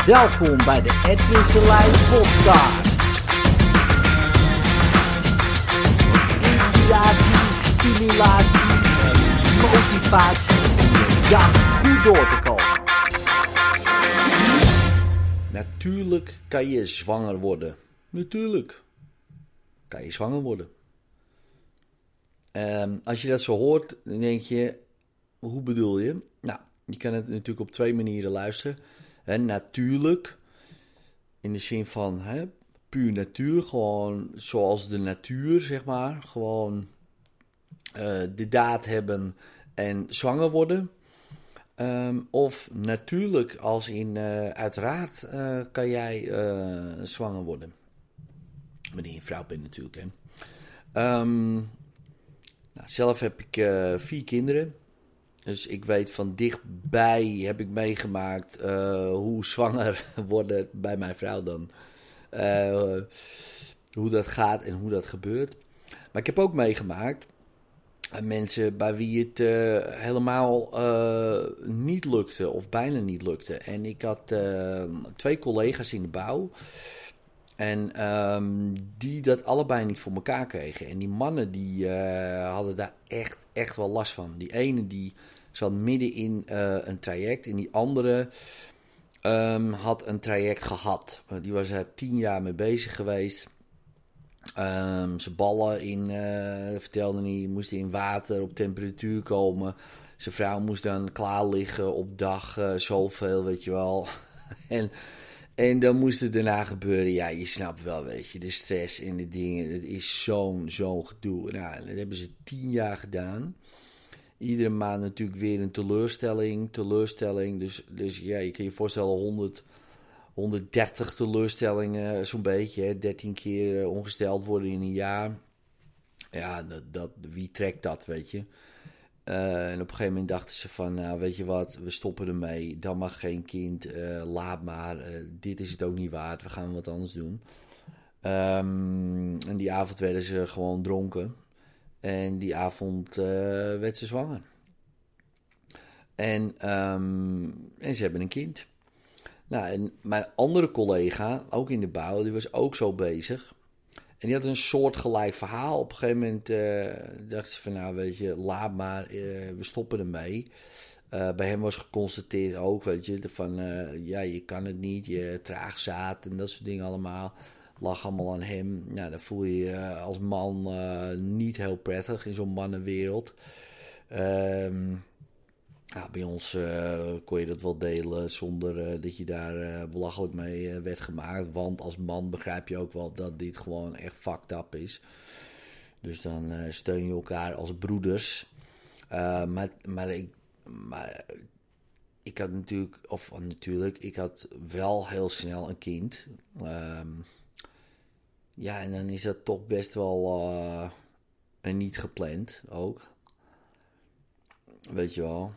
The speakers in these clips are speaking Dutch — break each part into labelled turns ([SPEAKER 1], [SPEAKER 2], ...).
[SPEAKER 1] Welkom bij de Edwin Selijn podcast. Inspiratie, stimulatie en motivatie om de dag goed door te komen. Natuurlijk kan je zwanger worden. Natuurlijk kan je zwanger worden. Als je dat zo hoort, dan denk je, hoe bedoel je? Nou, je kan het natuurlijk op twee manieren luisteren. Natuurlijk, in de zin van puur natuur, gewoon zoals de natuur, zeg maar. Gewoon de daad hebben en zwanger worden. Of natuurlijk, als in uiteraard kan jij zwanger worden. Wanneer je vrouw bent natuurlijk, hè. Zelf heb ik 4 kinderen. Dus ik weet van dichtbij heb ik meegemaakt hoe zwanger worden bij mijn vrouw dan. Hoe dat gaat en hoe dat gebeurt. Maar ik heb ook meegemaakt mensen bij wie het helemaal niet lukte of bijna niet lukte. En ik had 2 collega's in de bouw. En die dat allebei niet voor elkaar kregen. En die mannen die hadden daar echt wel last van. Die ene die zat midden in een traject. En die andere had een traject gehad. Die was er 10 jaar mee bezig geweest. Zijn ballen in, vertelde hij, moesten in water op temperatuur komen. Zijn vrouw moest dan klaar liggen op dag zoveel, weet je wel. En dan moest het daarna gebeuren. Ja, je snapt wel, weet je, de stress en de dingen. Het is zo'n gedoe. Nou, dat hebben ze 10 jaar gedaan. Iedere maand natuurlijk weer een teleurstelling. Dus ja, je kan je voorstellen 130 teleurstellingen, zo'n beetje. Hè? 13 keer ongesteld worden in een jaar. Ja, wie trekt dat, weet je. En op een gegeven moment dachten ze van, nou weet je wat, we stoppen ermee. Dan mag geen kind, laat maar. Dit is het ook niet waard, we gaan wat anders doen. En die avond werden ze gewoon dronken. En die avond werd ze zwanger. En ze hebben een kind. Nou, en mijn andere collega, ook in de bouw, die was ook zo bezig. En die had een soortgelijk verhaal. Op een gegeven moment dacht ze van, nou weet je, laat maar, we stoppen ermee. Bij hem was geconstateerd ook, weet je, van ja, je kan het niet, je traagzaad en dat soort dingen allemaal. Lag allemaal aan hem. Nou, dan voel je je als man niet heel prettig in zo'n mannenwereld. Bij ons kon je dat wel delen zonder dat je daar belachelijk mee werd gemaakt. Want als man begrijp je ook wel dat dit gewoon echt fucked up is. Dus dan steun je elkaar als broeders. Maar ik had natuurlijk, ik had wel heel snel een kind. Ja, en dan is dat toch best wel niet gepland ook. Weet je wel.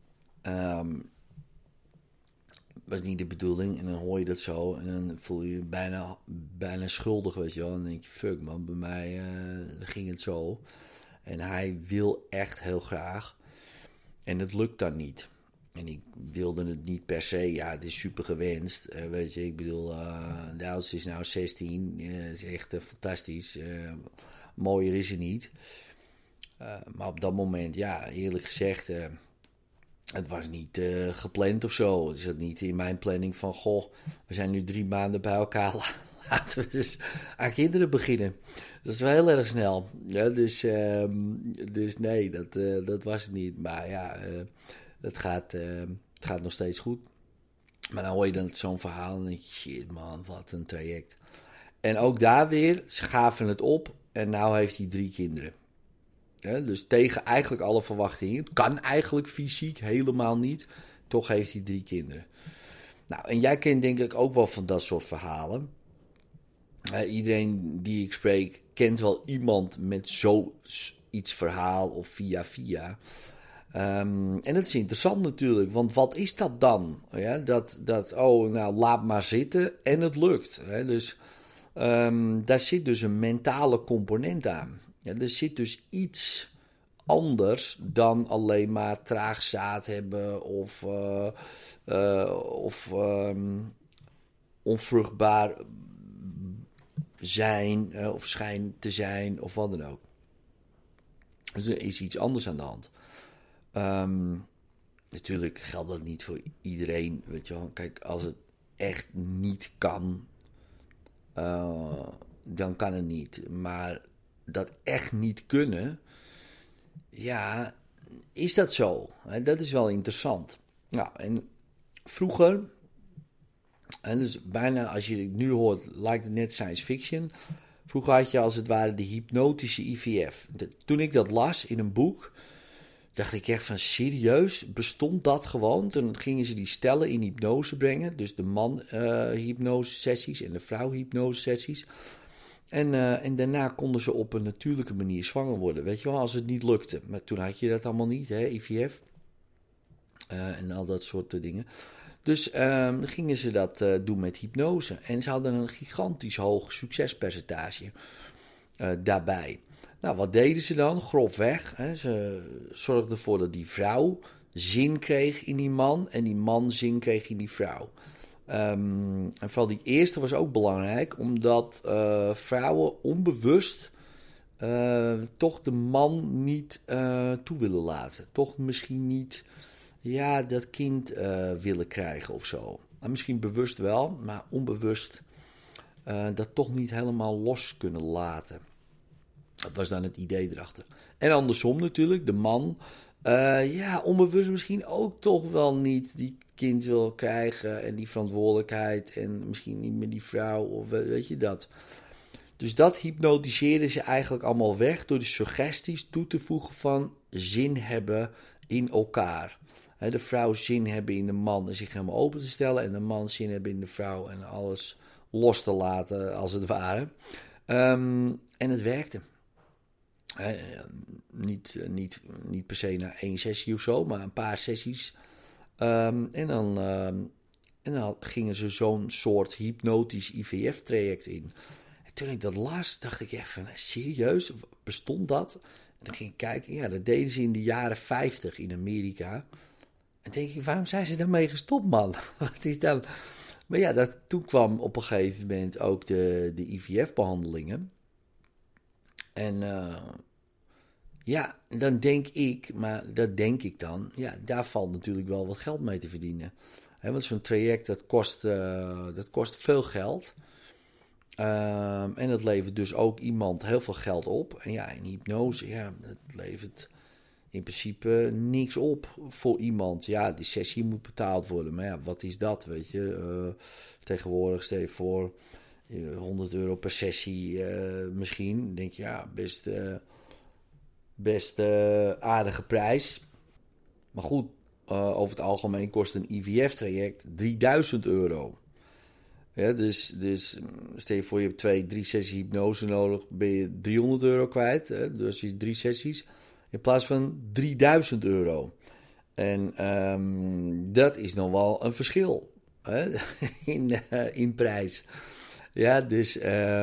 [SPEAKER 1] Was niet de bedoeling. En dan hoor je dat zo. En dan voel je je bijna schuldig, weet je wel. En dan denk je, fuck man, bij mij ging het zo. En hij wil echt heel graag. En het lukt dan niet. En ik wilde het niet per se. Ja, het is super gewenst. Weet je, ik bedoel, de oudste is nou 16. Is echt fantastisch. Mooier is er niet. Maar op dat moment, ja, eerlijk gezegd, het was niet gepland of zo. Het zat niet in mijn planning van, goh, we zijn nu 3 maanden bij elkaar. Laten we eens aan kinderen beginnen. Dat is wel heel erg snel. Ja, dus nee, dat was het niet. Maar ja, het gaat nog steeds goed. Maar dan hoor je dan zo'n verhaal en dan denk je, shit man, wat een traject. En ook daar weer, ze gaven het op en nou heeft hij 3 kinderen. Ja, dus tegen eigenlijk alle verwachtingen. Het kan eigenlijk fysiek helemaal niet. Toch heeft hij 3 kinderen. Nou, en jij kent denk ik ook wel van dat soort verhalen. Iedereen die ik spreek kent wel iemand met zoiets verhaal of via. En dat is interessant natuurlijk, want wat is dat dan? Ja, laat maar zitten en het lukt. Hè? Dus daar zit dus een mentale component aan. Ja, er zit dus iets anders dan alleen maar traag zaad hebben of onvruchtbaar zijn of schijnt te zijn of wat dan ook. Dus er is iets anders aan de hand. Natuurlijk geldt dat niet voor iedereen, weet je wel. Kijk, als het echt niet kan, dan kan het niet. Maar dat echt niet kunnen, ja, is dat zo? Dat is wel interessant. Nou, en vroeger, en dus bijna als je het nu hoort, lijkt het net science fiction. Vroeger had je als het ware de hypnotische IVF. Toen ik dat las in een boek, dacht ik echt van serieus, bestond dat gewoon? Toen gingen ze die stellen in hypnose brengen. Dus de man hypnose sessies en de vrouw hypnose sessies. En daarna konden ze op een natuurlijke manier zwanger worden. Weet je wel, als het niet lukte. Maar toen had je dat allemaal niet, hè, IVF. En al dat soort dingen. Dus gingen ze dat doen met hypnose. En ze hadden een gigantisch hoog succespercentage daarbij. Nou, wat deden ze dan? Grofweg. Hè? Ze zorgden ervoor dat die vrouw zin kreeg in die man. En die man zin kreeg in die vrouw. En vooral die eerste was ook belangrijk. Omdat vrouwen onbewust toch de man niet toe willen laten. Toch misschien niet dat kind willen krijgen of zo. En misschien bewust wel, maar onbewust dat toch niet helemaal los kunnen laten. Dat was dan het idee erachter. En andersom natuurlijk, de man, onbewust misschien ook toch wel niet die kind wil krijgen en die verantwoordelijkheid en misschien niet meer die vrouw of weet je dat. Dus dat hypnotiseerden ze eigenlijk allemaal weg door de suggesties toe te voegen van zin hebben in elkaar. De vrouw zin hebben in de man en zich helemaal open te stellen en de man zin hebben in de vrouw en alles los te laten als het ware. En het werkte. Niet per se na 1 sessie of zo, maar een paar sessies. En dan gingen ze zo'n soort hypnotisch IVF-traject in. En toen ik dat las, dacht ik echt van, serieus, bestond dat? En dan ging ik kijken, ja, dat deden ze in de jaren 50 in Amerika. En denk ik, waarom zijn ze daarmee gestopt, man? Wat is dan... Maar ja, toen kwam op een gegeven moment ook de IVF-behandelingen. En dan denk ik, maar dat denk ik dan, ja, daar valt natuurlijk wel wat geld mee te verdienen. Want zo'n traject, dat kost veel geld. En dat levert dus ook iemand heel veel geld op. En ja, in hypnose, ja, dat levert in principe niks op voor iemand. Ja, die sessie moet betaald worden. Maar ja, wat is dat, weet je? Tegenwoordig stel je voor €100 per sessie misschien. Dan denk je, ja, best aardige prijs. Maar goed, over het algemeen kost een IVF-traject €3000. Ja, dus stel je voor, je hebt 2-3 sessies hypnose nodig, ben je €300 kwijt. Hè? Dus je 3 sessies in plaats van €3000. En dat is nog wel een verschil, hè? in prijs. Ja, dus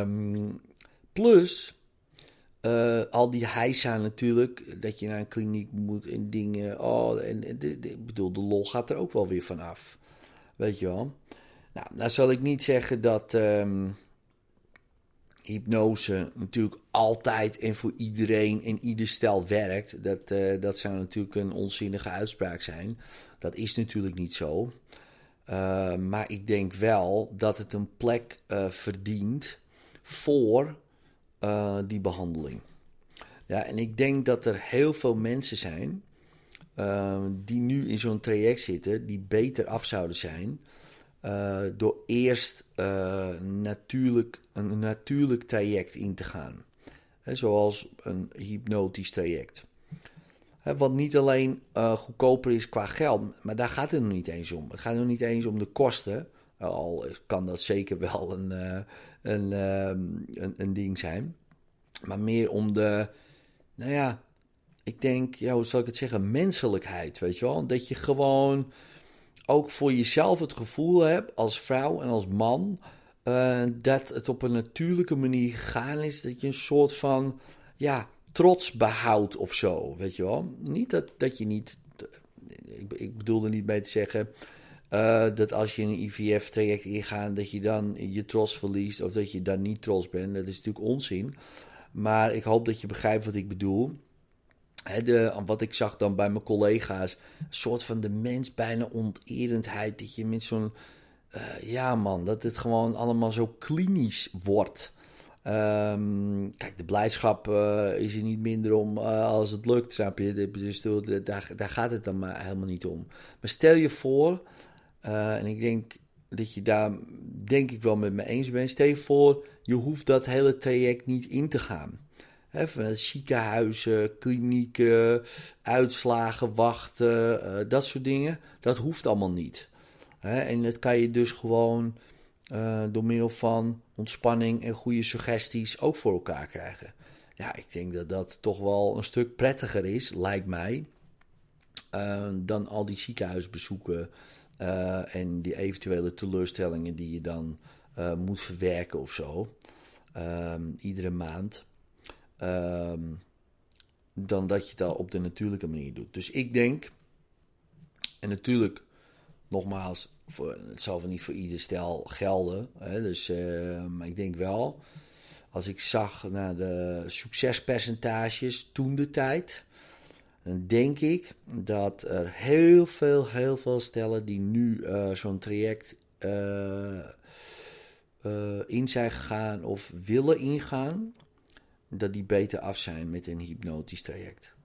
[SPEAKER 1] plus al die heisa natuurlijk, dat je naar een kliniek moet en dingen. Ik bedoel, de lol gaat er ook wel weer van af. Weet je wel. Nou zal ik niet zeggen dat hypnose natuurlijk altijd en voor iedereen en ieder stel werkt. Dat zou natuurlijk een onzinnige uitspraak zijn. Dat is natuurlijk niet zo. Maar ik denk wel dat het een plek verdient voor die behandeling. Ja, en ik denk dat er heel veel mensen zijn die nu in zo'n traject zitten, die beter af zouden zijn door eerst een natuurlijk traject in te gaan. Zoals een hypnotisch traject. Wat niet alleen goedkoper is qua geld, maar daar gaat het nog niet eens om. Het gaat nog niet eens om de kosten. Al kan dat zeker wel een ding zijn. Maar meer om de, ik denk, hoe zal ik het zeggen, menselijkheid, weet je wel. Dat je gewoon ook voor jezelf het gevoel hebt, als vrouw en als man, dat het op een natuurlijke manier gegaan is. Dat je een soort van, trots behoudt of zo, weet je wel. Niet dat je niet, ik bedoel er niet mee te zeggen dat als je een IVF-traject ingaat, dat je dan je trots verliest of dat je dan niet trots bent. Dat is natuurlijk onzin. Maar ik hoop dat je begrijpt wat ik bedoel. Wat ik zag dan bij mijn collega's, een soort van de mens bijna onterendheid. Dat je met zo'n, ja man, dat het gewoon allemaal zo klinisch wordt. Kijk, de blijdschap is er niet minder om als het lukt, snap je? Dus daar gaat het dan maar helemaal niet om. Maar stel je voor, en ik denk dat je daar denk ik wel met me eens bent. Stel je voor, je hoeft dat hele traject niet in te gaan. Van ziekenhuizen, klinieken, uitslagen, wachten, dat soort dingen. Dat hoeft allemaal niet. En dat kan je dus gewoon door middel van ontspanning en goede suggesties ook voor elkaar krijgen. Ja, ik denk dat dat toch wel een stuk prettiger is, lijkt mij, dan al die ziekenhuisbezoeken en die eventuele teleurstellingen die je dan moet verwerken of zo. Iedere maand. Dan dat je dat op de natuurlijke manier doet. Dus ik denk, en natuurlijk, nogmaals, het zal wel niet voor ieder stel gelden. Dus, maar ik denk wel, als ik zag naar de succespercentages toen de tijd, dan denk ik dat er heel veel stellen die nu zo'n traject in zijn gegaan of willen ingaan, dat die beter af zijn met een hypnotisch traject.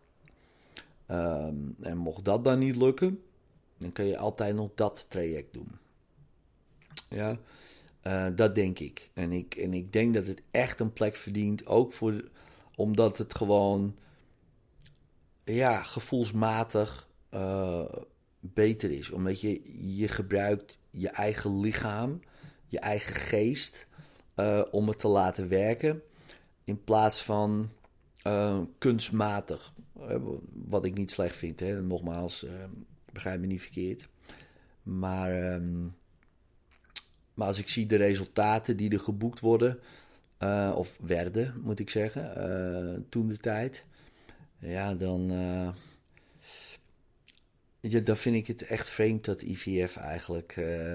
[SPEAKER 1] En mocht dat dan niet lukken, dan kun je altijd nog dat traject doen. Ja, dat denk ik. En ik denk dat het echt een plek verdient, ook omdat het gewoon, ja, gevoelsmatig beter is. Omdat je gebruikt je eigen lichaam, je eigen geest, om het te laten werken. In plaats van kunstmatig. Wat ik niet slecht vind. Hè. Nogmaals, begrijp me niet verkeerd. Maar als ik zie de resultaten die er geboekt worden. Of werden, moet ik zeggen. Toen de tijd. Ja, dan vind ik het echt vreemd dat IVF eigenlijk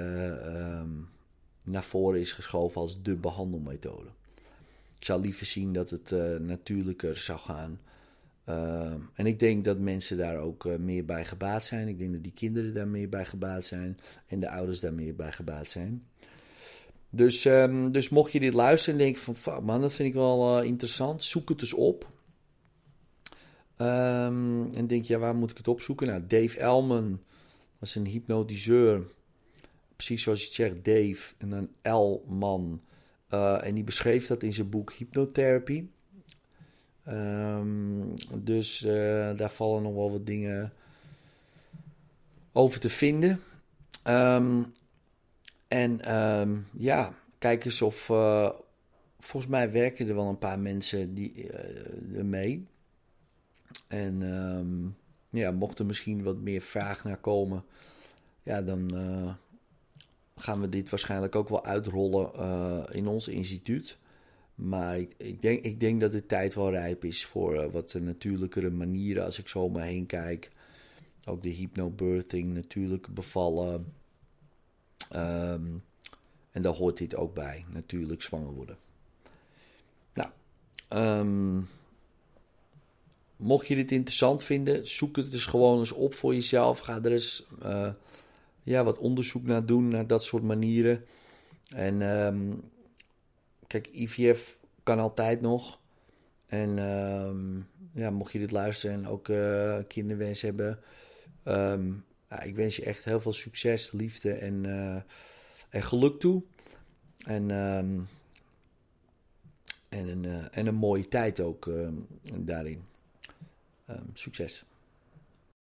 [SPEAKER 1] naar voren is geschoven als de behandelmethode. Ik zou liever zien dat het natuurlijker zou gaan. En ik denk dat mensen daar ook meer bij gebaat zijn. Ik denk dat die kinderen daar meer bij gebaat zijn. En de ouders daar meer bij gebaat zijn. Dus mocht je dit luisteren en denken van, man, dat vind ik wel interessant. Zoek het eens op. En denk, ja, waar moet ik het opzoeken? Nou, Dave Elman, dat is een hypnotiseur. Precies zoals je het zegt, Dave en dan Elman. En die beschreef dat in zijn boek Hypnotherapy. Dus daar vallen nog wel wat dingen over te vinden. Ja, kijk eens of... volgens mij werken er wel een paar mensen die ermee. En ja, mocht er misschien wat meer vraag naar komen... Ja, dan gaan we dit waarschijnlijk ook wel uitrollen in ons instituut. Maar ik denk dat de tijd wel rijp is voor wat natuurlijkere manieren. Als ik zo om me heen kijk. Ook de hypnobirthing, natuurlijk bevallen. En daar hoort dit ook bij. Natuurlijk zwanger worden. Nou, mocht je dit interessant vinden, zoek het dus gewoon eens op voor jezelf. Ga er eens wat onderzoek naar doen, naar dat soort manieren. En kijk, IVF kan altijd nog. En mocht je dit luisteren en ook kinderwens hebben... ik wens je echt heel veel succes, liefde en geluk toe. En een mooie tijd ook daarin. Succes.